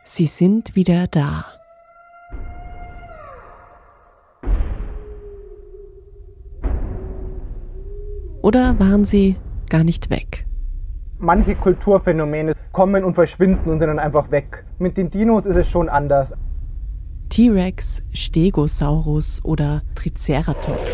Sie sind wieder da. Oder waren sie gar nicht weg? Manche Kulturphänomene kommen und verschwinden und sind dann einfach weg. Mit den Dinos ist es schon anders. T-Rex, Stegosaurus oder Triceratops.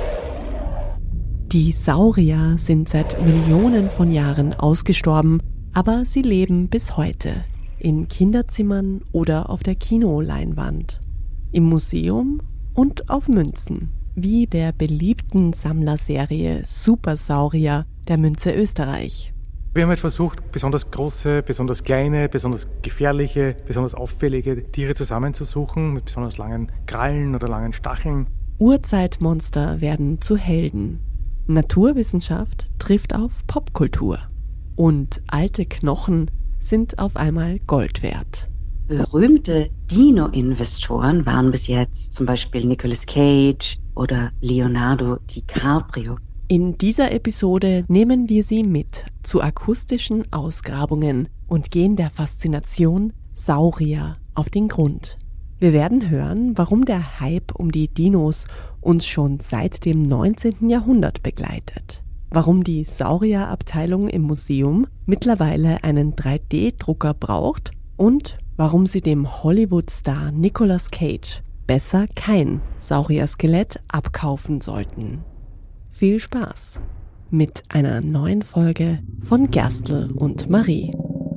Die Saurier sind seit Millionen von Jahren ausgestorben, aber sie leben bis heute. In Kinderzimmern oder auf der Kinoleinwand. Im Museum und auf Münzen. Wie der beliebten Sammlerserie Supersaurier der Münze Österreich. Wir haben halt versucht, besonders große, besonders kleine, besonders gefährliche, besonders auffällige Tiere zusammenzusuchen mit besonders langen Krallen oder langen Stacheln. Urzeitmonster werden zu Helden. Naturwissenschaft trifft auf Popkultur. Und alte Knochen sind auf einmal Gold wert. Berühmte Dino-Investoren waren bis jetzt zum Beispiel Nicolas Cage oder Leonardo DiCaprio. In dieser Episode nehmen wir Sie mit zu akustischen Ausgrabungen und gehen der Faszination Saurier auf den Grund. Wir werden hören, warum der Hype um die Dinos uns schon seit dem 19. Jahrhundert begleitet. Warum die Saurierabteilung im Museum mittlerweile einen 3D-Drucker braucht und warum Sie dem Hollywood-Star Nicolas Cage besser kein Saurier-Skelett abkaufen sollten. Viel Spaß mit einer neuen Folge von Gerstl und Marie.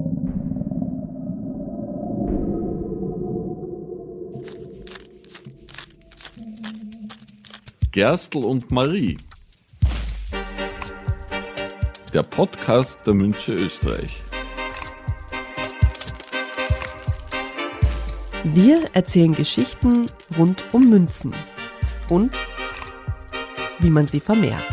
Gerstl und Marie. Der Podcast der Münze Österreich. Wir erzählen Geschichten rund um Münzen und wie man sie vermehrt.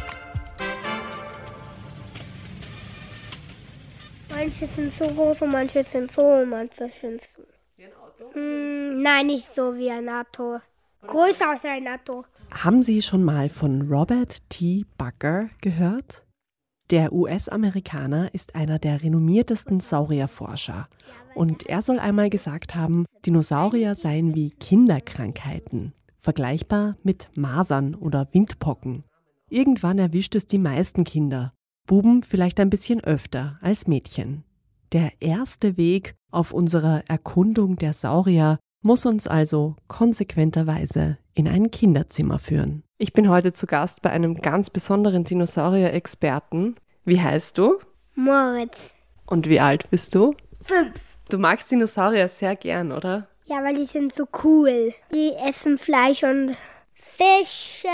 Manche sind so groß und manche sind so und manche sind so. Wie ein Auto? Nein, nicht so wie ein Auto. Größer als ein Auto. Haben Sie schon mal von Robert T. Bakker gehört? Der US-Amerikaner ist einer der renommiertesten Saurierforscher. Und er soll einmal gesagt haben, Dinosaurier seien wie Kinderkrankheiten. Vergleichbar mit Masern oder Windpocken. Irgendwann erwischt es die meisten Kinder, Buben vielleicht ein bisschen öfter als Mädchen. Der erste Weg auf unserer Erkundung der Saurier muss uns also konsequenterweise in ein Kinderzimmer führen. Ich bin heute zu Gast bei einem ganz besonderen Dinosaurier-Experten. Wie heißt du? Moritz. Und wie alt bist du? 5. Du magst Dinosaurier sehr gern, oder? Ja, weil die sind so cool. Die essen Fleisch und Fische,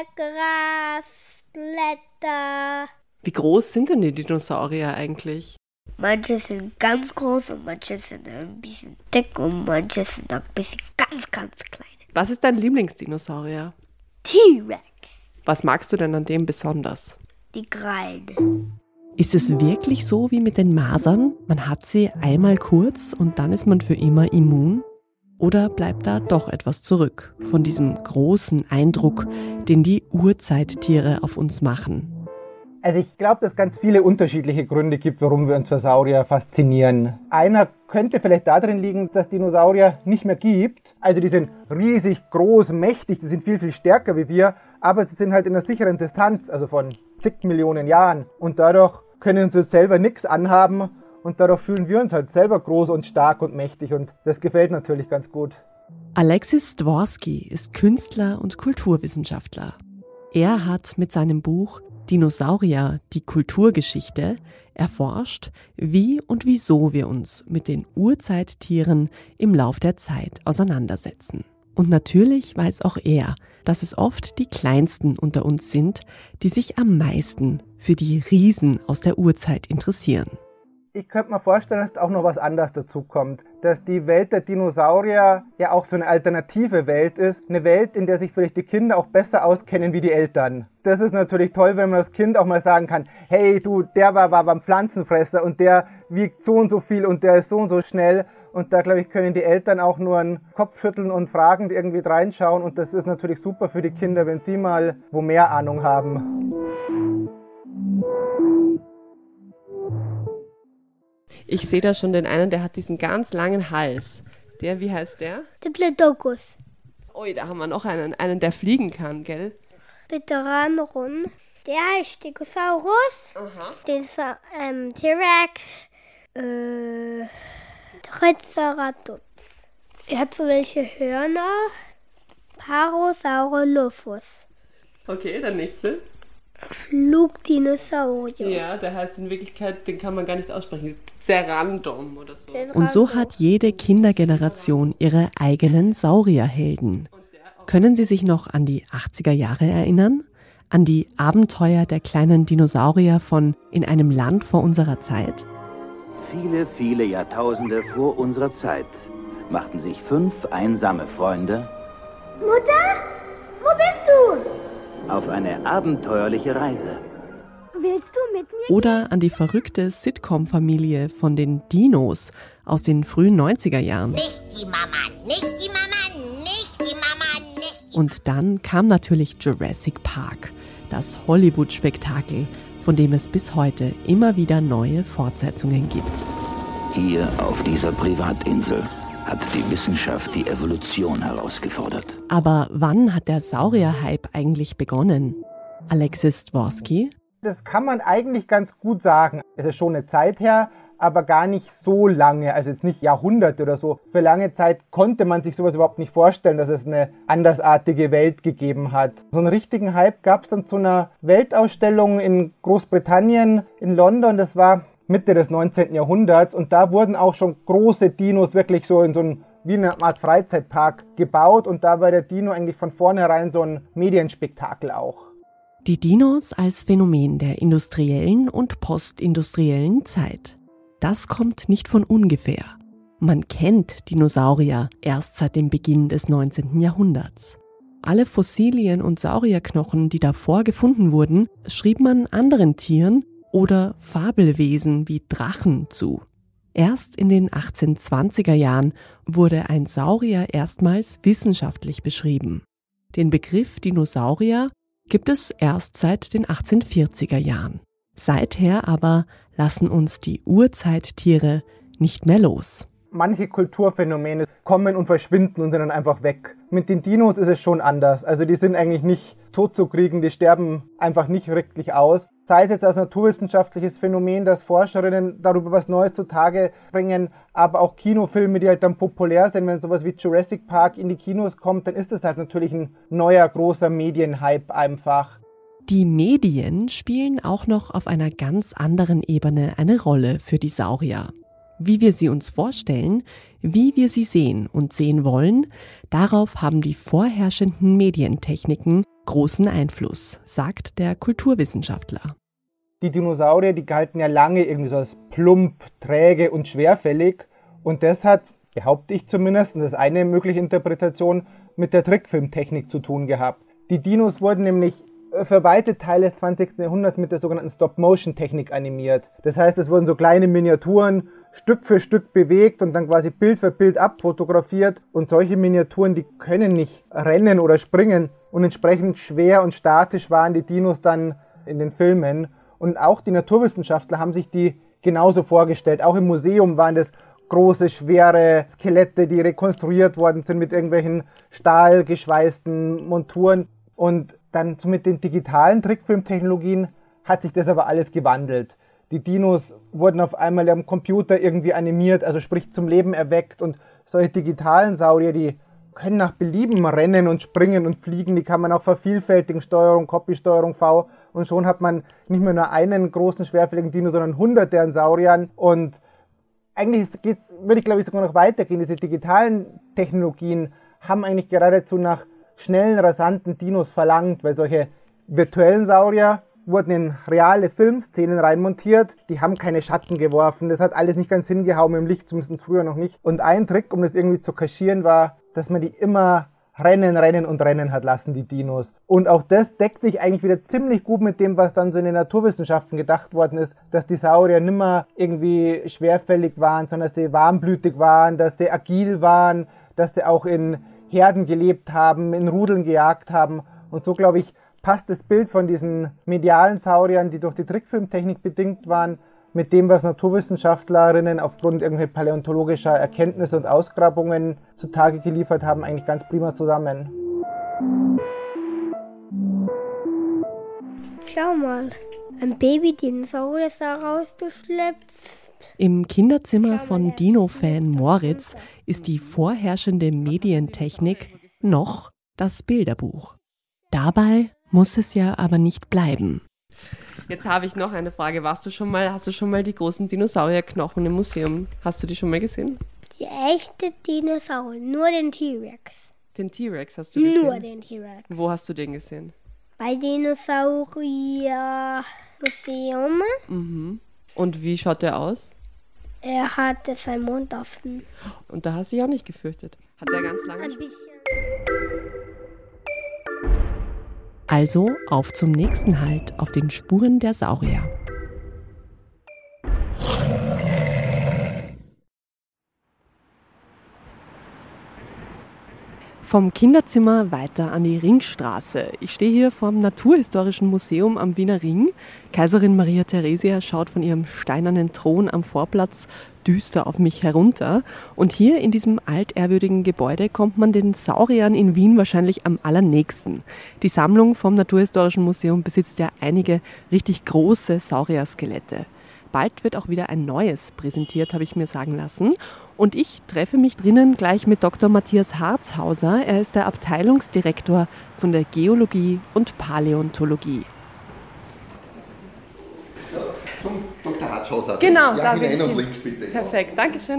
Gras, Blätter. Wie groß sind denn die Dinosaurier eigentlich? Manche sind ganz groß und manche sind ein bisschen dick und manche sind ein bisschen ganz, ganz klein. Was ist dein Lieblingsdinosaurier? T-Rex. Was magst du denn an dem besonders? Die Krallen. Ist es wirklich so wie mit den Masern? Man hat sie einmal kurz und dann ist man für immer immun? Oder bleibt da doch etwas zurück von diesem großen Eindruck, den die Urzeittiere auf uns machen? Also ich glaube, dass es ganz viele unterschiedliche Gründe gibt, warum wir uns für Saurier faszinieren. Einer könnte vielleicht darin liegen, dass es Dinosaurier nicht mehr gibt. Also die sind riesig, groß, mächtig, die sind viel, viel stärker wie wir, aber sie sind halt in einer sicheren Distanz, also von zig Millionen Jahren. Und dadurch können sie uns selber nichts anhaben und dadurch fühlen wir uns halt selber groß und stark und mächtig und das gefällt natürlich ganz gut. Alexis Dworsky ist Künstler und Kulturwissenschaftler. Er hat mit seinem Buch Dinosaurier, die Kulturgeschichte erforscht, wie und wieso wir uns mit den Urzeittieren im Lauf der Zeit auseinandersetzen. Und natürlich weiß auch er, dass es oft die Kleinsten unter uns sind, die sich am meisten für die Riesen aus der Urzeit interessieren. Ich könnte mir vorstellen, dass auch noch was anderes dazu kommt. Dass die Welt der Dinosaurier ja auch so eine alternative Welt ist. Eine Welt, in der sich vielleicht die Kinder auch besser auskennen wie die Eltern. Das ist natürlich toll, wenn man das Kind auch mal sagen kann, hey du, der war beim Pflanzenfresser und der wiegt so und so viel und der ist so und so schnell. Und da, glaube ich, können die Eltern auch nur einen Kopf schütteln und fragend irgendwie reinschauen. Und das ist natürlich super für die Kinder, wenn sie mal wo mehr Ahnung haben. Ich sehe da schon den einen, der hat diesen ganz langen Hals. Der, wie heißt der? Diplodocus. Ui, da haben wir noch einen, der fliegen kann, gell? Veteranron. Der heißt Stegosaurus. Aha. Den T-Rex. Triceratops. Er hat so welche Hörner. Parasaurolophus. Okay, der nächste. Flugdinosaurier. Ja, der heißt in Wirklichkeit, den kann man gar nicht aussprechen. Cerandom oder so. Und so hat jede Kindergeneration ihre eigenen Saurierhelden. Können Sie sich noch an die 80er Jahre erinnern? An die Abenteuer der kleinen Dinosaurier von In einem Land vor unserer Zeit? Viele, viele Jahrtausende vor unserer Zeit machten sich 5 einsame Freunde Mutter, wo bist du? auf eine abenteuerliche Reise. Willst du mit mir? Oder an die verrückte Sitcom-Familie von den Dinos aus den frühen 90er Jahren. Nicht die Mama, nicht die Mama, nicht die Mama, nicht die Und dann kam natürlich Jurassic Park, das Hollywood-Spektakel, von dem es bis heute immer wieder neue Fortsetzungen gibt. Hier auf dieser Privatinsel hat die Wissenschaft die Evolution herausgefordert. Aber wann hat der Saurier-Hype eigentlich begonnen? Alexis Dworsky? Das kann man eigentlich ganz gut sagen. Es ist schon eine Zeit her, aber gar nicht so lange, also jetzt nicht Jahrhunderte oder so. Für lange Zeit konnte man sich sowas überhaupt nicht vorstellen, dass es eine andersartige Welt gegeben hat. So einen richtigen Hype gab es dann zu einer Weltausstellung in Großbritannien, in London. Das war Mitte des 19. Jahrhunderts und da wurden auch schon große Dinos wirklich so in so ein wie eine Art Freizeitpark gebaut und da war der Dino eigentlich von vornherein so ein Medienspektakel auch. Die Dinos als Phänomen der industriellen und postindustriellen Zeit. Das kommt nicht von ungefähr. Man kennt Dinosaurier erst seit dem Beginn des 19. Jahrhunderts. Alle Fossilien und Saurierknochen, die davor gefunden wurden, schrieb man anderen Tieren oder Fabelwesen wie Drachen zu. Erst in den 1820er Jahren wurde ein Saurier erstmals wissenschaftlich beschrieben. Den Begriff Dinosaurier gibt es erst seit den 1840er Jahren. Seither aber lassen uns die Urzeittiere nicht mehr los. Manche Kulturphänomene kommen und verschwinden und sind dann einfach weg. Mit den Dinos ist es schon anders. Also die sind eigentlich nicht totzukriegen, die sterben einfach nicht wirklich aus. Sei es jetzt als naturwissenschaftliches Phänomen, dass Forscherinnen darüber was Neues zutage bringen, aber auch Kinofilme, die halt dann populär sind, wenn sowas wie Jurassic Park in die Kinos kommt, dann ist das halt natürlich ein neuer, großer Medienhype einfach. Die Medien spielen auch noch auf einer ganz anderen Ebene eine Rolle für die Saurier. Wie wir sie uns vorstellen, wie wir sie sehen und sehen wollen, darauf haben die vorherrschenden Medientechniken großen Einfluss, sagt der Kulturwissenschaftler. Die Dinosaurier, die galten ja lange irgendwie so als plump, träge und schwerfällig und das hat, behaupte ich zumindest, und das ist eine mögliche Interpretation, mit der Trickfilmtechnik zu tun gehabt. Die Dinos wurden nämlich für weite Teile des 20. Jahrhunderts mit der sogenannten Stop-Motion-Technik animiert. Das heißt, es wurden so kleine Miniaturen Stück für Stück bewegt und dann quasi Bild für Bild abfotografiert. Und solche Miniaturen, die können nicht rennen oder springen. Und entsprechend schwer und statisch waren die Dinos dann in den Filmen. Und auch die Naturwissenschaftler haben sich die genauso vorgestellt. Auch im Museum waren das große, schwere Skelette, die rekonstruiert worden sind mit irgendwelchen stahlgeschweißten Monturen. Und dann mit den digitalen Trickfilmtechnologien hat sich das aber alles gewandelt. Die Dinos wurden auf einmal am Computer irgendwie animiert, also sprich zum Leben erweckt. Und solche digitalen Saurier, die können nach Belieben rennen und springen und fliegen. Die kann man auch vervielfältigen, Steuerung, Copy-Steuerung V. Und schon hat man nicht mehr nur einen großen, schwerfälligen Dino, sondern hunderte an Sauriern. Und eigentlich würde ich glaube ich sogar noch weitergehen. Diese digitalen Technologien haben eigentlich geradezu nach schnellen, rasanten Dinos verlangt, weil solche virtuellen Saurier wurden in reale Filmszenen reinmontiert, die haben keine Schatten geworfen, das hat alles nicht ganz hingehauen im Licht, zumindest früher noch nicht. Und ein Trick, um das irgendwie zu kaschieren, war, dass man die immer rennen hat lassen, die Dinos. Und auch das deckt sich eigentlich wieder ziemlich gut mit dem, was dann so in den Naturwissenschaften gedacht worden ist, dass die Saurier nimmer irgendwie schwerfällig waren, sondern dass sie warmblütig waren, dass sie agil waren, dass sie auch in Herden gelebt haben, in Rudeln gejagt haben. Und so, glaube ich, passt das Bild von diesen medialen Sauriern, die durch die Trickfilmtechnik bedingt waren, mit dem, was Naturwissenschaftlerinnen aufgrund irgendwelcher paläontologischer Erkenntnisse und Ausgrabungen zutage geliefert haben, eigentlich ganz prima zusammen. Schau mal, ein Baby-Dinosaurier ist da rausgeschleppt. Im Kinderzimmer von Dino-Fan Moritz ist die vorherrschende Medientechnik noch das Bilderbuch. Dabei muss es ja aber nicht bleiben. Jetzt habe ich noch eine Frage. Hast du schon mal die großen Dinosaurierknochen im Museum? Hast du die schon mal gesehen? Die echte Dinosaurier, nur den T-Rex. Den T-Rex hast du gesehen? Nur den T-Rex. Wo hast du den gesehen? Bei Dinosaurier-Museum. Mhm. Und wie schaut der aus? Er hatte seinen Mund offen. Und da hast du dich auch nicht gefürchtet? Hat der ganz lange? Ein bisschen. Also auf zum nächsten Halt auf den Spuren der Saurier. Vom Kinderzimmer weiter an die Ringstraße. Ich stehe hier vom Naturhistorischen Museum am Wiener Ring. Kaiserin Maria Theresia schaut von ihrem steinernen Thron am Vorplatz düster auf mich herunter. Und hier in diesem altehrwürdigen Gebäude kommt man den Sauriern in Wien wahrscheinlich am allernächsten. Die Sammlung vom Naturhistorischen Museum besitzt ja einige richtig große Saurier-Skelette. Bald wird auch wieder ein neues präsentiert, habe ich mir sagen lassen. Und ich treffe mich drinnen gleich mit Dr. Matthias Harzhauser. Er ist der Abteilungsdirektor von der Geologie und Paläontologie. Ja, zum Dr. Harzhauser. Genau, ja, da hinein bin und ich. links bitte. Perfekt, Dankeschön.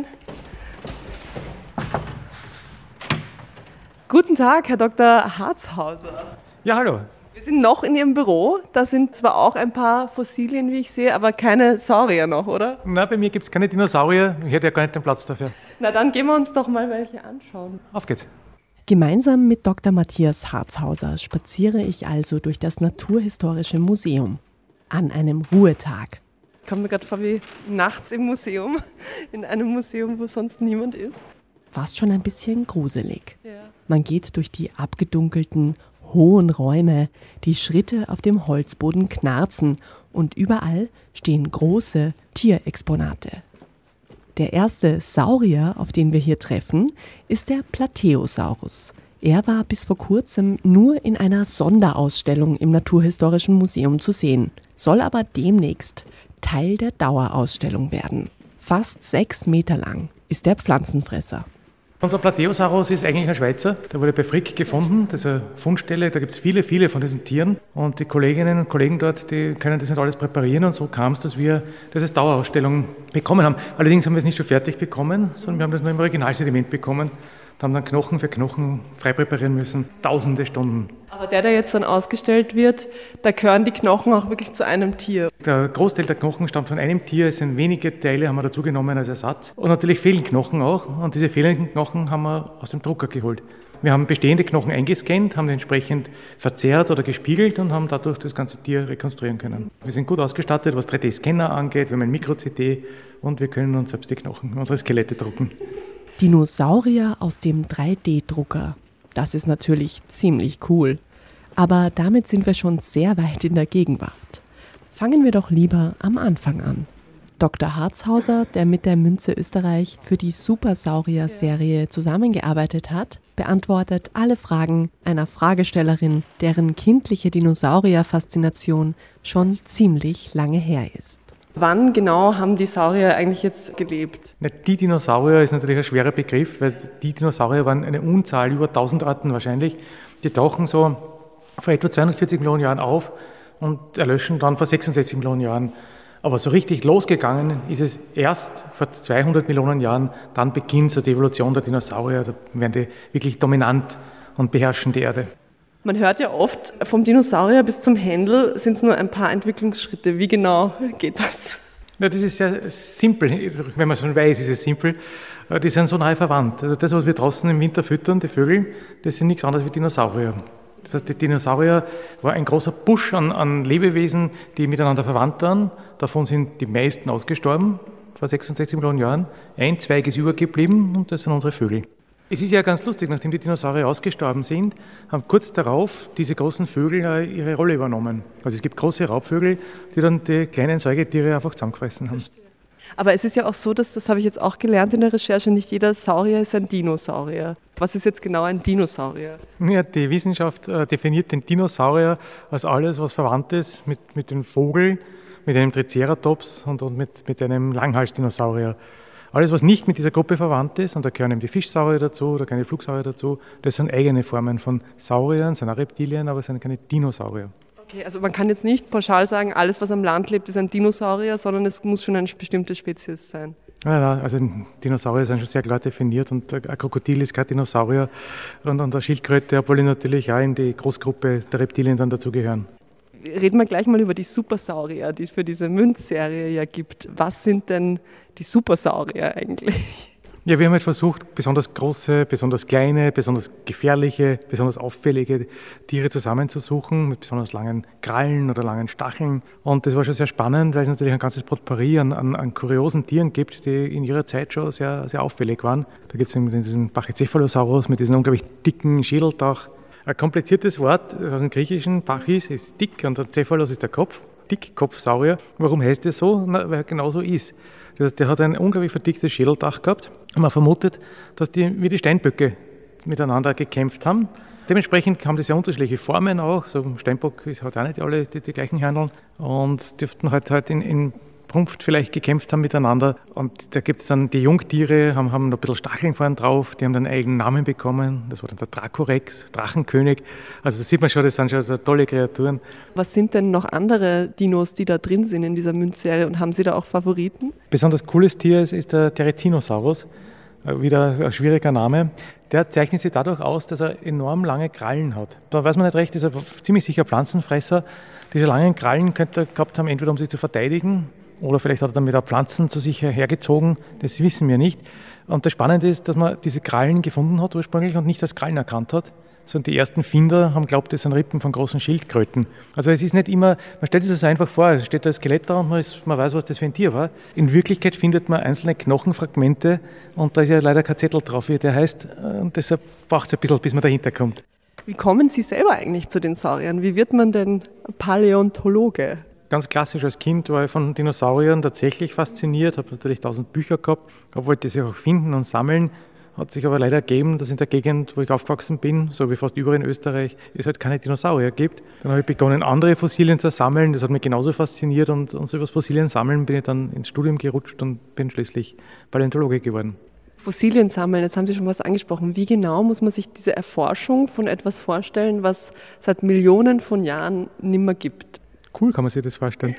Guten Tag, Herr Dr. Harzhauser. Ja, hallo. Wir sind noch in Ihrem Büro. Da sind zwar auch ein paar Fossilien, wie ich sehe, aber keine Saurier noch, oder? Na, bei mir gibt es keine Dinosaurier. Ich hätte ja gar nicht den Platz dafür. Na, dann gehen wir uns doch mal welche anschauen. Auf geht's. Gemeinsam mit Dr. Matthias Harzhauser spaziere ich also durch das Naturhistorische Museum. An einem Ruhetag. Ich komme mir gerade vor wie nachts im Museum. In einem Museum, wo sonst niemand ist. Fast schon ein bisschen gruselig. Ja. Man geht durch die abgedunkelten, hohen Räume, die Schritte auf dem Holzboden knarzen und überall stehen große Tierexponate. Der erste Saurier, auf den wir hier treffen, ist der Plateosaurus. Er war bis vor kurzem nur in einer Sonderausstellung im Naturhistorischen Museum zu sehen, soll aber demnächst Teil der Dauerausstellung werden. Fast 6 Meter lang ist der Pflanzenfresser. Unser Plateosaurus ist eigentlich ein Schweizer. Der wurde bei Frick gefunden. Das ist eine Fundstelle. Da gibt es viele, viele von diesen Tieren. Und die Kolleginnen und Kollegen dort, die können das nicht alles präparieren. Und so kam es, dass wir das als Dauerausstellung bekommen haben. Allerdings haben wir es nicht schon fertig bekommen, sondern wir haben das nur im Originalsediment bekommen. Da haben dann Knochen für Knochen frei präparieren müssen. Tausende Stunden. Aber der jetzt dann ausgestellt wird, da gehören die Knochen auch wirklich zu einem Tier. Der Großteil der Knochen stammt von einem Tier. Es sind wenige Teile, haben wir dazugenommen als Ersatz. Und natürlich fehlen Knochen auch. Und diese fehlenden Knochen haben wir aus dem Drucker geholt. Wir haben bestehende Knochen eingescannt, haben die entsprechend verzerrt oder gespiegelt und haben dadurch das ganze Tier rekonstruieren können. Wir sind gut ausgestattet, was 3D-Scanner angeht. Wir haben ein Mikro-CT und wir können uns selbst die Knochen, unsere Skelette drucken. Dinosaurier aus dem 3D-Drucker. Das ist natürlich ziemlich cool. Aber damit sind wir schon sehr weit in der Gegenwart. Fangen wir doch lieber am Anfang an. Dr. Harzhauser, der mit der Münze Österreich für die Supersaurier-Serie zusammengearbeitet hat, beantwortet alle Fragen einer Fragestellerin, deren kindliche Dinosaurier-Faszination schon ziemlich lange her ist. Wann genau haben die Saurier eigentlich jetzt gelebt? Die Dinosaurier ist natürlich ein schwerer Begriff, weil die Dinosaurier waren eine Unzahl, über 1000 Arten wahrscheinlich. Die tauchen so vor etwa 240 Millionen Jahren auf und erlöschen dann vor 66 Millionen Jahren. Aber so richtig losgegangen ist es erst vor 200 Millionen Jahren, dann beginnt so die Evolution der Dinosaurier, da werden die wirklich dominant und beherrschen die Erde. Man hört ja oft, vom Dinosaurier bis zum Händel sind es nur ein paar Entwicklungsschritte. Wie genau geht das? Ja, das ist sehr simpel. Wenn man schon weiß, ist es simpel. Die sind so nahe verwandt. Also das, was wir draußen im Winter füttern, die Vögel, das sind nichts anderes wie Dinosaurier. Das heißt, die Dinosaurier war ein großer Busch an Lebewesen, die miteinander verwandt waren. Davon sind die meisten ausgestorben, vor 66 Millionen Jahren. Ein Zweig ist übergeblieben und das sind unsere Vögel. Es ist ja ganz lustig, nachdem die Dinosaurier ausgestorben sind, haben kurz darauf diese großen Vögel ihre Rolle übernommen. Also es gibt große Raubvögel, die dann die kleinen Säugetiere einfach zusammengefressen haben. Aber es ist ja auch so, das habe ich jetzt auch gelernt in der Recherche, nicht jeder Saurier ist ein Dinosaurier. Was ist jetzt genau ein Dinosaurier? Ja, die Wissenschaft definiert den Dinosaurier als alles, was verwandt ist mit dem Vogel, mit einem Triceratops und mit einem Langhalsdinosaurier. Alles, was nicht mit dieser Gruppe verwandt ist, und da gehören eben die Fischsaurier dazu, da gehören die Flugsaurier dazu, das sind eigene Formen von Sauriern, sind auch Reptilien, aber es sind keine Dinosaurier. Okay, also man kann jetzt nicht pauschal sagen, alles, was am Land lebt, ist ein Dinosaurier, sondern es muss schon eine bestimmte Spezies sein. Nein, also Dinosaurier sind schon sehr klar definiert und ein Krokodil ist kein Dinosaurier und eine Schildkröte, obwohl die natürlich auch in die Großgruppe der Reptilien dann dazugehören. Reden wir gleich mal über die Supersaurier, die es für diese Münzserie ja gibt. Was sind denn die Supersaurier eigentlich? Ja, wir haben halt versucht, besonders große, besonders kleine, besonders gefährliche, besonders auffällige Tiere zusammenzusuchen mit besonders langen Krallen oder langen Stacheln. Und das war schon sehr spannend, weil es natürlich ein ganzes Potpourri an kuriosen Tieren gibt, die in ihrer Zeit schon sehr, sehr auffällig waren. Da gibt es diesen Pachycephalosaurus mit diesem unglaublich dicken Schädeldach. Ein kompliziertes Wort aus dem Griechischen, Pachys ist dick und der Cephalos ist der Kopf, Dickkopfsaurier. Warum heißt das so? Na, weil er genau so ist. Das heißt, der hat ein unglaublich verdicktes Schädeldach gehabt. Und man vermutet, dass die wie die Steinböcke miteinander gekämpft haben. Dementsprechend haben die sehr unterschiedliche Formen auch. So ein Steinbock hat auch nicht alle die gleichen Hörneln und dürften halt in Prumpft vielleicht gekämpft haben miteinander. Und da gibt es dann die Jungtiere, haben noch ein bisschen Stacheln vorne drauf, die haben dann einen eigenen Namen bekommen. Das war dann der Dracorex, Drachenkönig. Also da sieht man schon, das sind schon so tolle Kreaturen. Was sind denn noch andere Dinos, die da drin sind in dieser Münzserie und haben Sie da auch Favoriten? Besonders cooles Tier ist der Therizinosaurus, wieder ein schwieriger Name. Der zeichnet sich dadurch aus, dass er enorm lange Krallen hat. Da weiß man nicht recht, ist er ziemlich sicher Pflanzenfresser. Diese langen Krallen könnte er gehabt haben, entweder um sich zu verteidigen, oder vielleicht hat er damit auch Pflanzen zu sich hergezogen, das wissen wir nicht. Und das Spannende ist, dass man diese Krallen gefunden hat ursprünglich und nicht als Krallen erkannt hat, sondern die ersten Finder haben geglaubt, das sind Rippen von großen Schildkröten. Also es ist nicht immer, man stellt sich das einfach vor, es steht da ein Skelett da und man weiß, was das für ein Tier war. In Wirklichkeit findet man einzelne Knochenfragmente und da ist ja leider kein Zettel drauf, wie der heißt, und deshalb braucht es ein bisschen, bis man dahinter kommt. Wie kommen Sie selber eigentlich zu den Sauriern? Wie wird man denn Paläontologe? Ganz klassisch als Kind war ich von Dinosauriern tatsächlich fasziniert, habe natürlich 1000 Bücher gehabt, wollte sie auch finden und sammeln, hat sich aber leider ergeben, dass in der Gegend, wo ich aufgewachsen bin, so wie fast überall in Österreich, es halt keine Dinosaurier gibt. Dann habe ich begonnen, andere Fossilien zu sammeln, das hat mich genauso fasziniert und so über das Fossilien sammeln bin ich dann ins Studium gerutscht und bin schließlich Paläontologe geworden. Fossilien sammeln, jetzt haben Sie schon was angesprochen. Wie genau muss man sich diese Erforschung von etwas vorstellen, was seit Millionen von Jahren nimmer gibt? Cool kann man sich das vorstellen.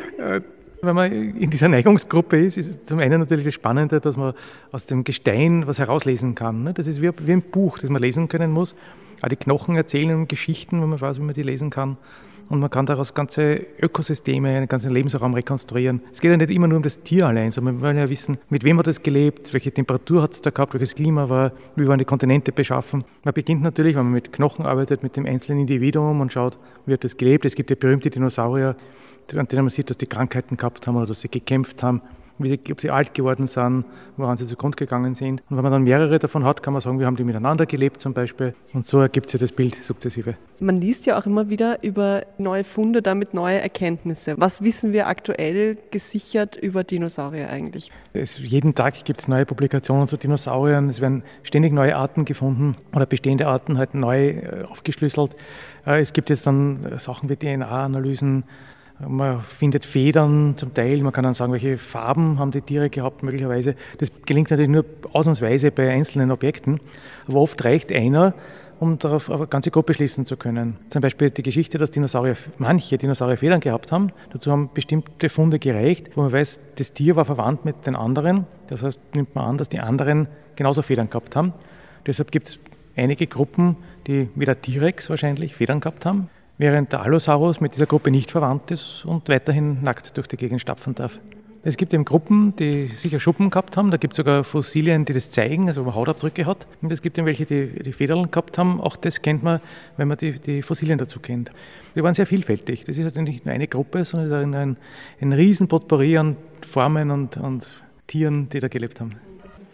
Wenn man in dieser Neigungsgruppe ist es zum einen natürlich das Spannende, dass man aus dem Gestein was herauslesen kann. Das ist wie ein Buch, das man lesen können muss. Auch die Knochen erzählen Geschichten, wenn man weiß, wie man die lesen kann. Und man kann daraus ganze Ökosysteme, einen ganzen Lebensraum rekonstruieren. Es geht ja nicht immer nur um das Tier allein, sondern wir wollen ja wissen, mit wem hat es gelebt, welche Temperatur hat es da gehabt, welches Klima war, wie waren die Kontinente beschaffen. Man beginnt natürlich, wenn man mit Knochen arbeitet, mit dem einzelnen Individuum und schaut, wie hat es gelebt. Es gibt ja berühmte Dinosaurier, an denen man sieht, dass die Krankheiten gehabt haben oder dass sie gekämpft haben, ob sie alt geworden sind, woran sie zugrunde gegangen sind. Und wenn man dann mehrere davon hat, kann man sagen, wir haben die miteinander gelebt zum Beispiel. Und so ergibt sich das Bild sukzessive. Man liest ja auch immer wieder über neue Funde, damit neue Erkenntnisse. Was wissen wir aktuell gesichert über Dinosaurier eigentlich? Jeden Tag gibt es neue Publikationen zu Dinosauriern. Es werden ständig neue Arten gefunden oder bestehende Arten halt neu aufgeschlüsselt. Es gibt jetzt dann Sachen wie DNA-Analysen. Man findet Federn zum Teil, man kann dann sagen, welche Farben haben die Tiere gehabt möglicherweise. Das gelingt natürlich nur ausnahmsweise bei einzelnen Objekten, aber oft reicht einer, um darauf eine ganze Gruppe schließen zu können. Zum Beispiel die Geschichte, dass manche Dinosaurier Federn gehabt haben. Dazu haben bestimmte Funde gereicht, wo man weiß, das Tier war verwandt mit den anderen. Das heißt, nimmt man an, dass die anderen genauso Federn gehabt haben. Deshalb gibt es einige Gruppen, die wie der T-Rex wahrscheinlich Federn gehabt haben, während der Allosaurus mit dieser Gruppe nicht verwandt ist und weiterhin nackt durch die Gegend stapfen darf. Es gibt eben Gruppen, die sicher Schuppen gehabt haben. Da gibt es sogar Fossilien, die das zeigen, also wo man Hautabdrücke hat. Und es gibt eben welche, die Federln gehabt haben. Auch das kennt man, wenn man die Fossilien dazu kennt. Die waren sehr vielfältig. Das ist halt nicht nur eine Gruppe, sondern ein riesen Potpourri an Formen und Tieren, die da gelebt haben.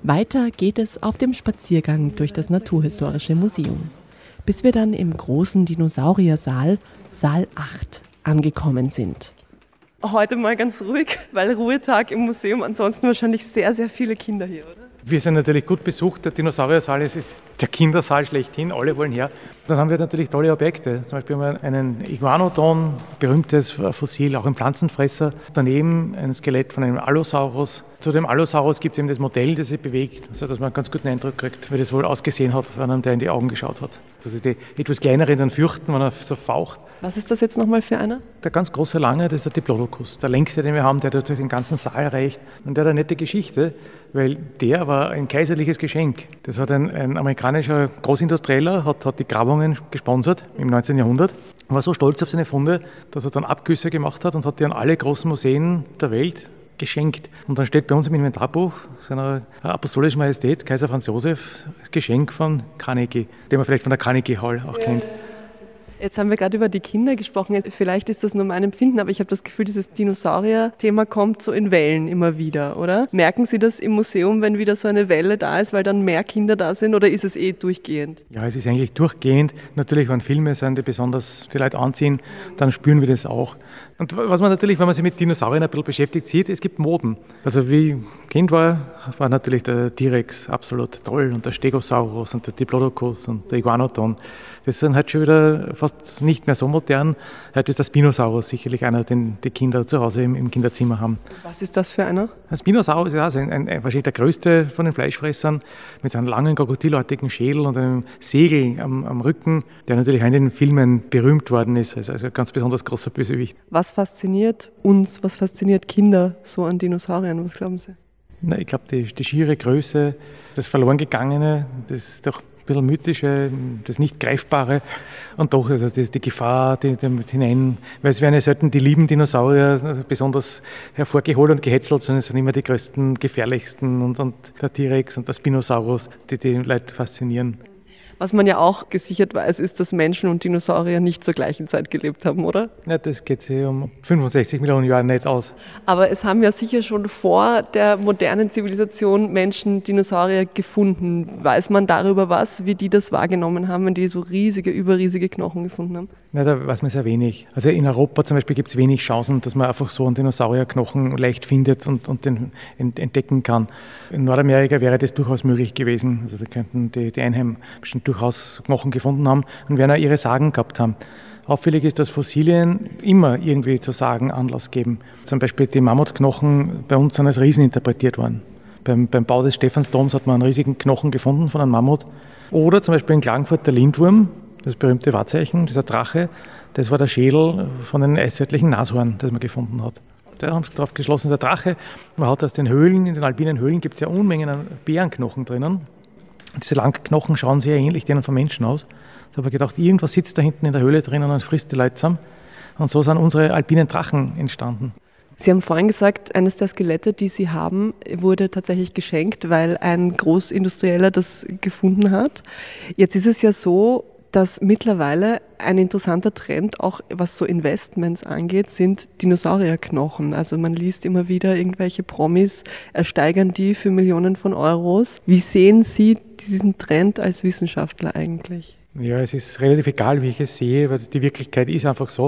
Weiter geht es auf dem Spaziergang durch das Naturhistorische Museum, bis wir dann im großen Dinosauriersaal, Saal 8, angekommen sind. Heute mal ganz ruhig, weil Ruhetag im Museum, ansonsten wahrscheinlich sehr, sehr viele Kinder hier, oder? Wir sind natürlich gut besucht. Der Dinosauriersaal ist der Kindersaal schlechthin. Alle wollen her. Dann haben wir natürlich tolle Objekte. Zum Beispiel haben wir einen Iguanodon, berühmtes Fossil, auch ein Pflanzenfresser. Daneben ein Skelett von einem Allosaurus. Zu dem Allosaurus gibt es eben das Modell, das sich bewegt, sodass man einen ganz guten Eindruck kriegt, wie das wohl ausgesehen hat, wenn einem der in die Augen geschaut hat. Also die etwas kleineren dann fürchten, wenn er so faucht. Was ist das jetzt nochmal für einer? Der ganz große Lange, das ist der Diplodocus. Der längste, den wir haben, der durch den ganzen Saal reicht. Und der hat eine nette Geschichte, weil der war ein kaiserliches Geschenk. Das hat ein amerikanischer Großindustrieller, hat die Grabungen gesponsert im 19. Jahrhundert. Er war so stolz auf seine Funde, dass er dann Abgüsse gemacht hat und hat die an alle großen Museen der Welt geschenkt. Und dann steht bei uns im Inventarbuch seiner Apostolischen Majestät Kaiser Franz Josef das Geschenk von Carnegie, den man vielleicht von der Carnegie Hall auch kennt. Jetzt haben wir gerade über die Kinder gesprochen. Vielleicht ist das nur mein Empfinden, aber ich habe das Gefühl, dieses Dinosaurier-Thema kommt so in Wellen immer wieder, oder? Merken Sie das im Museum, wenn wieder so eine Welle da ist, weil dann mehr Kinder da sind, oder ist es durchgehend? Ja, es ist eigentlich durchgehend. Natürlich, wenn Filme sind, die besonders die Leute anziehen, dann spüren wir das auch. Und was man natürlich, wenn man sich mit Dinosauriern ein bisschen beschäftigt, sieht, es gibt Moden. Also wie ich Kind war natürlich der T-Rex absolut toll und der Stegosaurus und der Diplodocus und der Iguanodon. Das sind halt schon wieder fast nicht mehr so modern. Heute ist der Spinosaurus sicherlich einer, den die Kinder zu Hause im Kinderzimmer haben. Was ist das für einer? Ein Spinosaurus ist also wahrscheinlich der größte von den Fleischfressern mit so einem langen, krokodillartigen Schädel und einem Segel am Rücken, der natürlich auch in den Filmen berühmt worden ist. Also ein ganz besonders großer Bösewicht. Was fasziniert uns, was fasziniert Kinder so an Dinosauriern? Was glauben Sie? Na, ich glaube, die schiere Größe, das Verlorengegangene, das doch ein bisschen Mythische, das Nicht-Greifbare und doch also die Gefahr, die damit hinein, weil es werden ja selten die lieben Dinosaurier besonders hervorgeholt und gehätschelt, sondern es sind immer die größten, gefährlichsten und der T-Rex und der Spinosaurus, die Leute faszinieren. Was man ja auch gesichert weiß, ist, dass Menschen und Dinosaurier nicht zur gleichen Zeit gelebt haben, oder? Ja, das geht sich um 65 Millionen Jahre nicht aus. Aber es haben ja sicher schon vor der modernen Zivilisation Menschen Dinosaurier gefunden. Weiß man darüber was, wie die das wahrgenommen haben, wenn die so riesige, überriesige Knochen gefunden haben? Na, da weiß man sehr wenig. Also in Europa zum Beispiel gibt es wenig Chancen, dass man einfach so einen Dinosaurierknochen leicht findet und den entdecken kann. In Nordamerika wäre das durchaus möglich gewesen. Also da könnten die Einheimischen durchaus Knochen gefunden haben und werden auch ihre Sagen gehabt haben. Auffällig ist, dass Fossilien immer irgendwie zu Sagen Anlass geben. Zum Beispiel die Mammutknochen bei uns sind als Riesen interpretiert worden. Beim Bau des Stephansdoms hat man einen riesigen Knochen gefunden von einem Mammut. Oder zum Beispiel in Klagenfurt der Lindwurm, das berühmte Wahrzeichen, dieser Drache, das war der Schädel von einem eiszeitlichen Nashorn, das man gefunden hat. Da haben sie darauf geschlossen, der Drache, man hat aus den Höhlen, in den alpinen Höhlen gibt es ja Unmengen an Bärenknochen drinnen. Diese Langknochen schauen sehr ähnlich denen von Menschen aus. Da habe ich gedacht, irgendwas sitzt da hinten in der Höhle drinnen und frisst die Leute zusammen. Und so sind unsere alpinen Drachen entstanden. Sie haben vorhin gesagt, eines der Skelette, die Sie haben, wurde tatsächlich geschenkt, weil ein Großindustrieller das gefunden hat. Jetzt ist es ja so, dass mittlerweile ein interessanter Trend, auch was so Investments angeht, sind Dinosaurierknochen. Also man liest immer wieder irgendwelche Promis, ersteigern die für Millionen von Euros. Wie sehen Sie diesen Trend als Wissenschaftler eigentlich? Ja, es ist relativ egal, wie ich es sehe, weil die Wirklichkeit ist einfach so.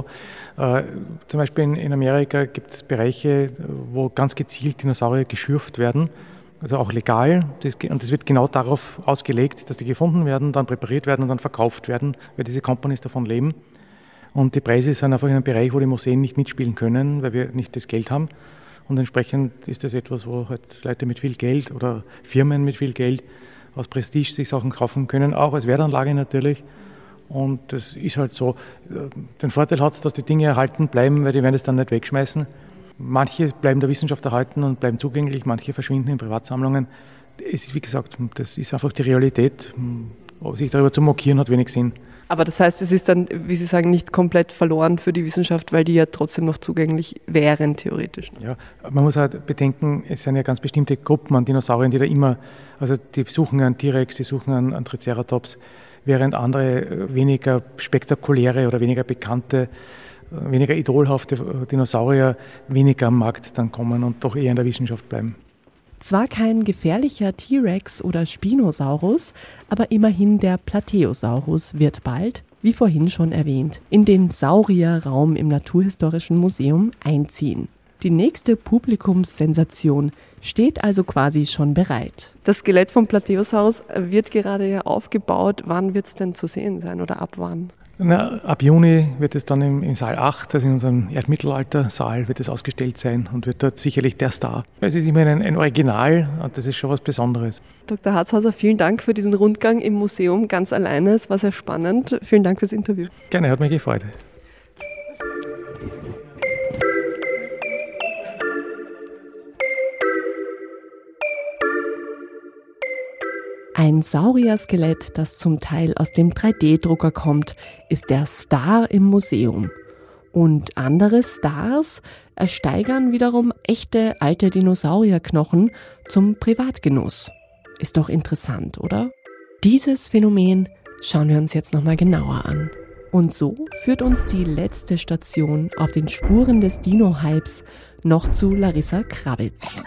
Zum Beispiel in Amerika gibt es Bereiche, wo ganz gezielt Dinosaurier geschürft werden. Also auch legal. Und das wird genau darauf ausgelegt, dass die gefunden werden, dann präpariert werden und dann verkauft werden, weil diese Companies davon leben. Und die Preise sind einfach in einem Bereich, wo die Museen nicht mitspielen können, weil wir nicht das Geld haben. Und entsprechend ist das etwas, wo halt Leute mit viel Geld oder Firmen mit viel Geld aus Prestige sich Sachen kaufen können, auch als Wertanlage natürlich. Und das ist halt so. Den Vorteil hat es, dass die Dinge erhalten bleiben, weil die werden es dann nicht wegschmeißen. Manche bleiben der Wissenschaft erhalten und bleiben zugänglich, manche verschwinden in Privatsammlungen. Es ist, wie gesagt, das ist einfach die Realität. Sich darüber zu mokieren hat wenig Sinn. Aber das heißt, es ist dann, wie Sie sagen, nicht komplett verloren für die Wissenschaft, weil die ja trotzdem noch zugänglich wären, theoretisch. Ja, man muss halt bedenken, es sind ja ganz bestimmte Gruppen an Dinosauriern, die da immer, also die suchen einen T-Rex, die suchen einen Triceratops, während andere weniger spektakuläre oder weniger bekannte, weniger idolhafte Dinosaurier weniger am Markt dann kommen und doch eher in der Wissenschaft bleiben. Zwar kein gefährlicher T-Rex oder Spinosaurus, aber immerhin der Plateosaurus wird bald, wie vorhin schon erwähnt, in den Saurierraum im Naturhistorischen Museum einziehen. Die nächste Publikumssensation steht also quasi schon bereit. Das Skelett vom Plateosaurus wird gerade ja aufgebaut. Wann wird es denn zu sehen sein oder ab wann? Ab Juni wird es dann im Saal 8, also in unserem Erdmittelalter-Saal, wird es ausgestellt sein und wird dort sicherlich der Star. Es ist immerhin ein Original und das ist schon was Besonderes. Dr. Harzhauser, vielen Dank für diesen Rundgang im Museum ganz alleine. Es war sehr spannend. Vielen Dank fürs Interview. Gerne, hat mich gefreut. Ein Saurier-Skelett, das zum Teil aus dem 3D-Drucker kommt, ist der Star im Museum. Und andere Stars ersteigern wiederum echte alte Dinosaurierknochen zum Privatgenuss. Ist doch interessant, oder? Dieses Phänomen schauen wir uns jetzt nochmal genauer an. Und so führt uns die letzte Station auf den Spuren des Dino-Hypes noch zu Larissa Krawitz.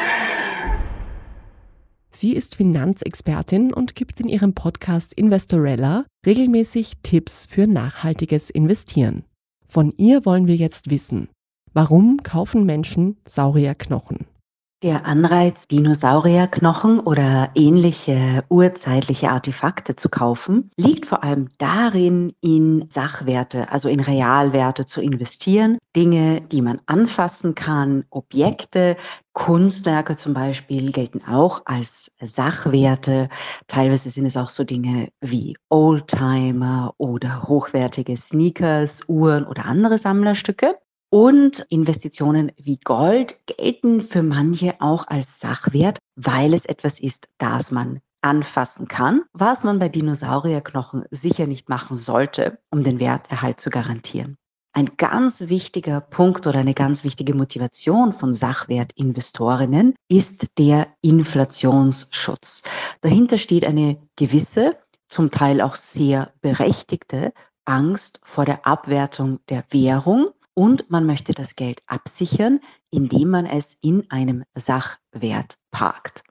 Sie ist Finanzexpertin und gibt in ihrem Podcast Investorella regelmäßig Tipps für nachhaltiges Investieren. Von ihr wollen wir jetzt wissen, warum kaufen Menschen Saurierknochen? Der Anreiz, Dinosaurierknochen oder ähnliche urzeitliche Artefakte zu kaufen, liegt vor allem darin, in Sachwerte, also in Realwerte zu investieren. Dinge, die man anfassen kann, Objekte, Kunstwerke zum Beispiel gelten auch als Sachwerte. Teilweise sind es auch so Dinge wie Oldtimer oder hochwertige Sneakers, Uhren oder andere Sammlerstücke. Und Investitionen wie Gold gelten für manche auch als Sachwert, weil es etwas ist, das man anfassen kann, was man bei Dinosaurierknochen sicher nicht machen sollte, um den Werterhalt zu garantieren. Ein ganz wichtiger Punkt oder eine ganz wichtige Motivation von Sachwertinvestorinnen ist der Inflationsschutz. Dahinter steht eine gewisse, zum Teil auch sehr berechtigte Angst vor der Abwertung der Währung. Und man möchte das Geld absichern, indem man es in einem Sachwert parkt.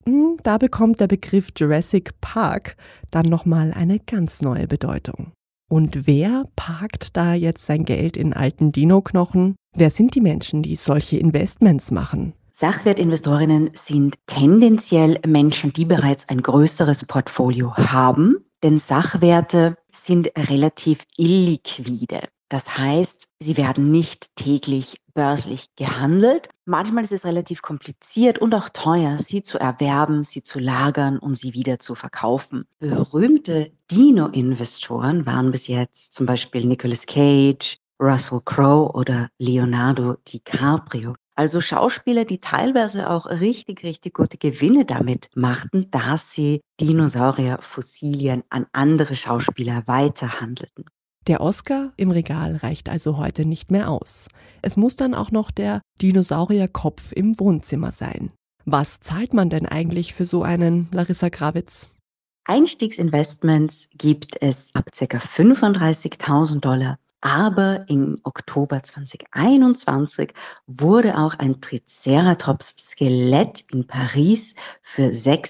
Da bekommt der Begriff Jurassic Park dann nochmal eine ganz neue Bedeutung. Und wer parkt da jetzt sein Geld in alten Dino-Knochen? Wer sind die Menschen, die solche Investments machen? Sachwertinvestorinnen sind tendenziell Menschen, die bereits ein größeres Portfolio haben, denn Sachwerte sind relativ illiquide. Das heißt, sie werden nicht täglich börslich gehandelt. Manchmal ist es relativ kompliziert und auch teuer, sie zu erwerben, sie zu lagern und sie wieder zu verkaufen. Berühmte Dino-Investoren waren bis jetzt zum Beispiel Nicolas Cage, Russell Crowe oder Leonardo DiCaprio. Also Schauspieler, die teilweise auch richtig gute Gewinne damit machten, dass sie Dinosaurierfossilien an andere Schauspieler weiterhandelten. Der Oscar im Regal reicht also heute nicht mehr aus. Es muss dann auch noch der Dinosaurierkopf im Wohnzimmer sein. Was zahlt man denn eigentlich für so einen, Larissa Krawitz? Einstiegsinvestments gibt es ab ca. $35.000, aber im Oktober 2021 wurde auch ein Triceratops-Skelett in Paris für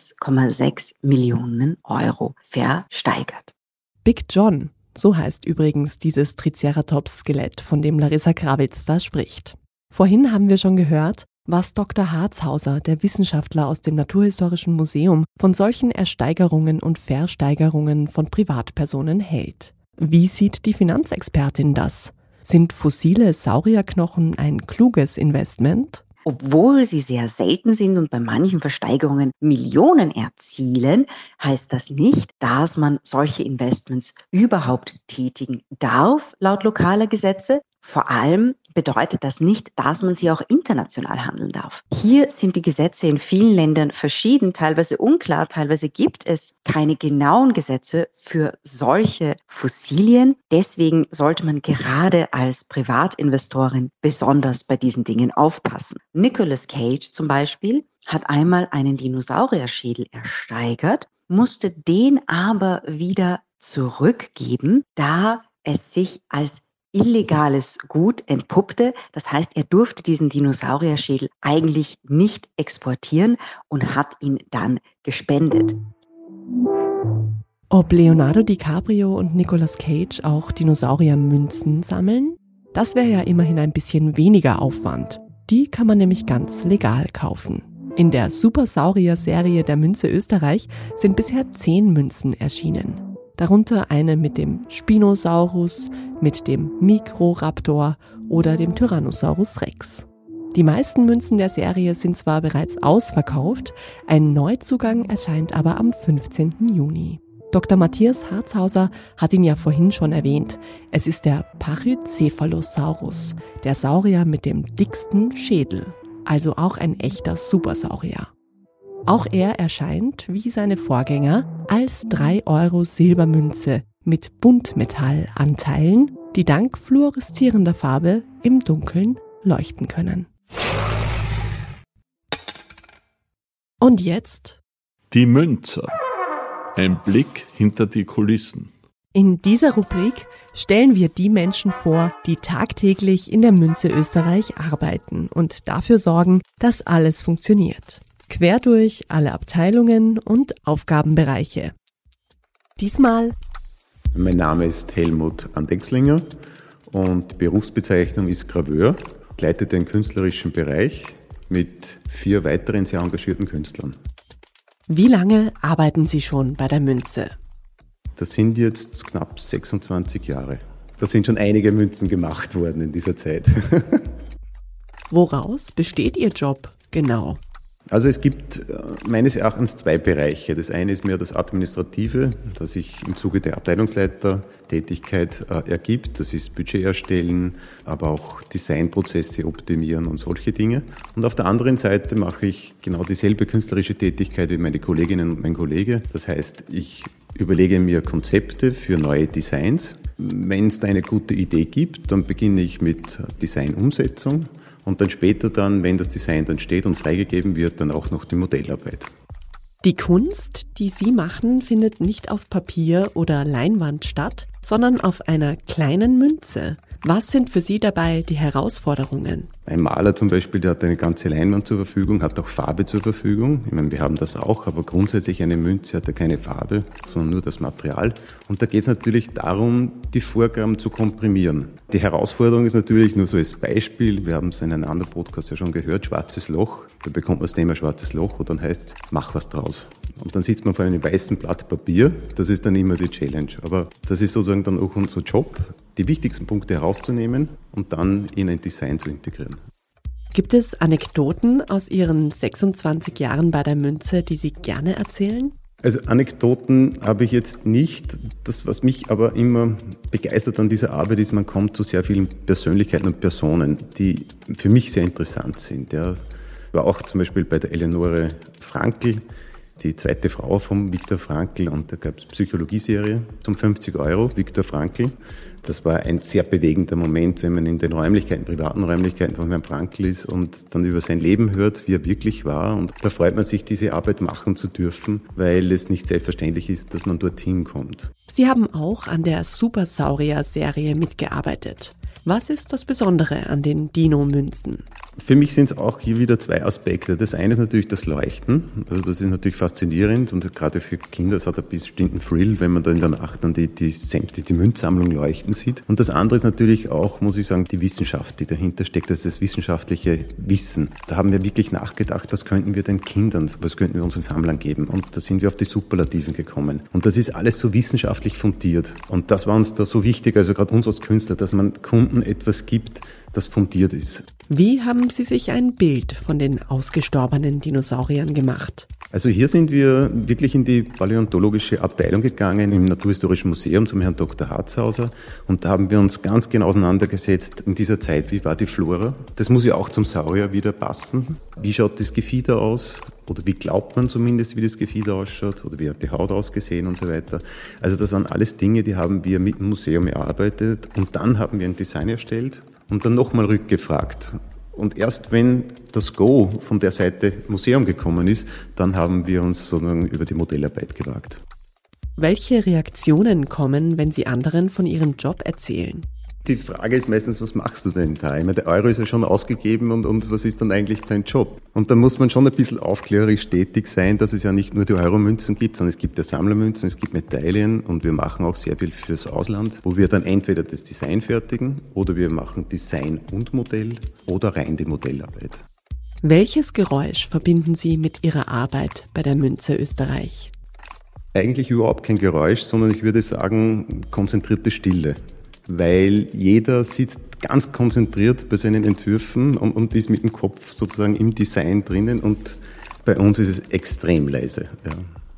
6,6 Millionen Euro versteigert. Big John. So heißt übrigens dieses Triceratops-Skelett, von dem Larissa Krawitz da spricht. Vorhin haben wir schon gehört, was Dr. Harzhauser, der Wissenschaftler aus dem Naturhistorischen Museum, von solchen Ersteigerungen und Versteigerungen von Privatpersonen hält. Wie sieht die Finanzexpertin das? Sind fossile Saurierknochen ein kluges Investment? Obwohl sie sehr selten sind und bei manchen Versteigerungen Millionen erzielen, heißt das nicht, dass man solche Investments überhaupt tätigen darf, laut lokaler Gesetze. Vor allem bedeutet das nicht, dass man sie auch international handeln darf. Hier sind die Gesetze in vielen Ländern verschieden, teilweise unklar, teilweise gibt es keine genauen Gesetze für solche Fossilien. Deswegen sollte man gerade als Privatinvestorin besonders bei diesen Dingen aufpassen. Nicolas Cage zum Beispiel hat einmal einen Dinosaurierschädel ersteigert, musste den aber wieder zurückgeben, da es sich als illegales Gut entpuppte. Das heißt, er durfte diesen Dinosaurierschädel eigentlich nicht exportieren und hat ihn dann gespendet. Ob Leonardo DiCaprio und Nicolas Cage auch Dinosauriermünzen sammeln? Das wäre ja immerhin ein bisschen weniger Aufwand. Die kann man nämlich ganz legal kaufen. In der Supersaurier-Serie der Münze Österreich sind bisher 10 Münzen erschienen. Darunter eine mit dem Spinosaurus, mit dem Mikroraptor oder dem Tyrannosaurus Rex. Die meisten Münzen der Serie sind zwar bereits ausverkauft, ein Neuzugang erscheint aber am 15. Juni. Dr. Matthias Harzhauser hat ihn ja vorhin schon erwähnt. Es ist der Pachycephalosaurus, der Saurier mit dem dicksten Schädel, also auch ein echter Supersaurier. Auch er erscheint, wie seine Vorgänger, als 3 € Silbermünze mit Buntmetallanteilen, die dank fluoreszierender Farbe im Dunkeln leuchten können. Und jetzt? Die Münze. Ein Blick hinter die Kulissen. In dieser Rubrik stellen wir die Menschen vor, die tagtäglich in der Münze Österreich arbeiten und dafür sorgen, dass alles funktioniert. Quer durch alle Abteilungen und Aufgabenbereiche. Diesmal: Mein Name ist Helmut Andexlinger und die Berufsbezeichnung ist Graveur. Ich leite den künstlerischen Bereich mit 4 weiteren sehr engagierten Künstlern. Wie lange arbeiten Sie schon bei der Münze? Das sind jetzt knapp 26 Jahre. Da sind schon einige Münzen gemacht worden in dieser Zeit. Woraus besteht Ihr Job genau? Also es gibt meines Erachtens 2 Bereiche. Das eine ist mehr das Administrative, das sich im Zuge der Abteilungsleitertätigkeit ergibt. Das ist Budget erstellen, aber auch Designprozesse optimieren und solche Dinge. Und auf der anderen Seite mache ich genau dieselbe künstlerische Tätigkeit wie meine Kolleginnen und mein Kollege. Das heißt, ich überlege mir Konzepte für neue Designs. Wenn es da eine gute Idee gibt, dann beginne ich mit Designumsetzung. Und dann später dann, wenn das Design dann steht und freigegeben wird, dann auch noch die Modellarbeit. Die Kunst, die Sie machen, findet nicht auf Papier oder Leinwand statt, sondern auf einer kleinen Münze. Was sind für Sie dabei die Herausforderungen? Ein Maler zum Beispiel, der hat eine ganze Leinwand zur Verfügung, hat auch Farbe zur Verfügung. Ich meine, wir haben das auch, aber grundsätzlich eine Münze hat ja keine Farbe, sondern nur das Material. Und da geht es natürlich darum, die Vorgaben zu komprimieren. Die Herausforderung ist natürlich nur so als Beispiel, wir haben es in einem anderen Podcast ja schon gehört, schwarzes Loch. Da bekommt man das Thema schwarzes Loch und dann heißt es, mach was draus. Und dann sitzt man vor einem weißen Blatt Papier, das ist dann immer die Challenge. Aber das ist sozusagen dann auch unser Job, die wichtigsten Punkte herauszunehmen und dann in ein Design zu integrieren. Gibt es Anekdoten aus Ihren 26 Jahren bei der Münze, die Sie gerne erzählen? Also Anekdoten habe ich jetzt nicht. Das, was mich aber immer begeistert an dieser Arbeit ist, man kommt zu sehr vielen Persönlichkeiten und Personen, die für mich sehr interessant sind. Ja. Ich war auch zum Beispiel bei der Eleonore Frankl, die zweite Frau von Viktor Frankl, und da gab es Psychologieserie zum 50 €, Viktor Frankl. Das war ein sehr bewegender Moment, wenn man in den Räumlichkeiten, privaten Räumlichkeiten von Herrn Frankl ist und dann über sein Leben hört, wie er wirklich war. Und da freut man sich, diese Arbeit machen zu dürfen, weil es nicht selbstverständlich ist, dass man dorthin kommt. Sie haben auch an der Supersaurier-Serie mitgearbeitet. Was ist das Besondere an den Dino-Münzen? Für mich sind es auch hier wieder 2 Aspekte. Das eine ist natürlich das Leuchten. Also das ist natürlich faszinierend und gerade für Kinder, es hat ein bestimmten Thrill, wenn man da in der Nacht dann die Münzsammlung leuchten sieht. Und das andere ist natürlich auch, muss ich sagen, die Wissenschaft, die dahinter steckt, das ist das wissenschaftliche Wissen. Da haben wir wirklich nachgedacht, was könnten wir den Kindern, was könnten wir unseren Sammlern geben? Und da sind wir auf die Superlativen gekommen. Und das ist alles so wissenschaftlich fundiert. Und das war uns da so wichtig, also gerade uns als Künstler, dass man Kunden etwas gibt, das fundiert ist. Wie haben Sie sich ein Bild von den ausgestorbenen Dinosauriern gemacht? Also hier sind wir wirklich in die paläontologische Abteilung gegangen, im Naturhistorischen Museum zum Herrn Dr. Harzhauser. Und da haben wir uns ganz genau auseinandergesetzt in dieser Zeit, wie war die Flora? Das muss ja auch zum Saurier wieder passen. Wie schaut das Gefieder aus? Oder wie glaubt man zumindest, wie das Gefieder ausschaut? Oder wie hat die Haut ausgesehen und so weiter? Also das waren alles Dinge, die haben wir mit dem Museum erarbeitet. Und dann haben wir ein Design erstellt und dann nochmal rückgefragt. Und erst wenn das Go von der Seite Museum gekommen ist, dann haben wir uns sozusagen über die Modellarbeit gewagt. Welche Reaktionen kommen, wenn Sie anderen von Ihrem Job erzählen? Die Frage ist meistens, was machst du denn da? Ich meine, der Euro ist ja schon ausgegeben und was ist dann eigentlich dein Job? Und da muss man schon ein bisschen aufklärerisch tätig sein, dass es ja nicht nur die Euromünzen gibt, sondern es gibt ja Sammlermünzen, es gibt Medaillen und wir machen auch sehr viel fürs Ausland, wo wir dann entweder das Design fertigen oder wir machen Design und Modell oder rein die Modellarbeit. Welches Geräusch verbinden Sie mit Ihrer Arbeit bei der Münze Österreich? Eigentlich überhaupt kein Geräusch, sondern ich würde sagen konzentrierte Stille. Weil jeder sitzt ganz konzentriert bei seinen Entwürfen und ist mit dem Kopf sozusagen im Design drinnen und bei uns ist es extrem leise. Ja.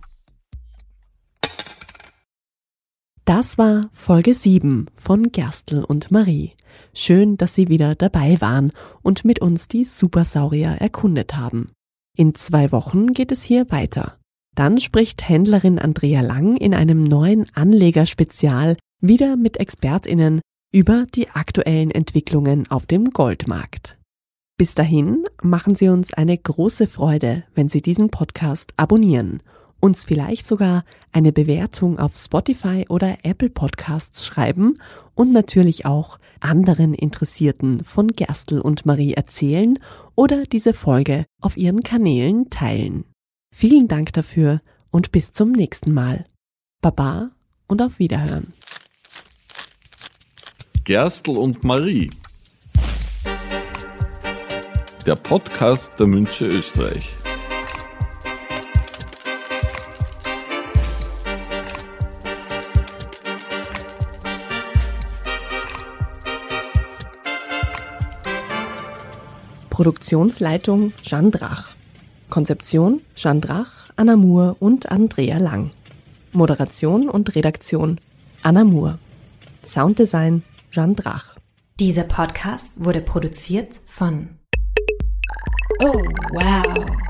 Das war Folge 7 von Gerstl und Marie. Schön, dass Sie wieder dabei waren und mit uns die Supersaurier erkundet haben. In 2 Wochen geht es hier weiter. Dann spricht Händlerin Andrea Lang in einem neuen Anlegerspezial wieder mit ExpertInnen über die aktuellen Entwicklungen auf dem Goldmarkt. Bis dahin machen Sie uns eine große Freude, wenn Sie diesen Podcast abonnieren, uns vielleicht sogar eine Bewertung auf Spotify oder Apple Podcasts schreiben und natürlich auch anderen Interessierten von Gerstl und Marie erzählen oder diese Folge auf Ihren Kanälen teilen. Vielen Dank dafür und bis zum nächsten Mal. Baba und auf Wiederhören. Gerstl und Marie. Der Podcast der Münze Österreich. Produktionsleitung Jeanne Drach. Konzeption Jeanne Drach, Anna Moore und Andrea Lang. Moderation und Redaktion Anna Moore. Sounddesign Jeanne Drach. Dieser Podcast wurde produziert von Oh, wow.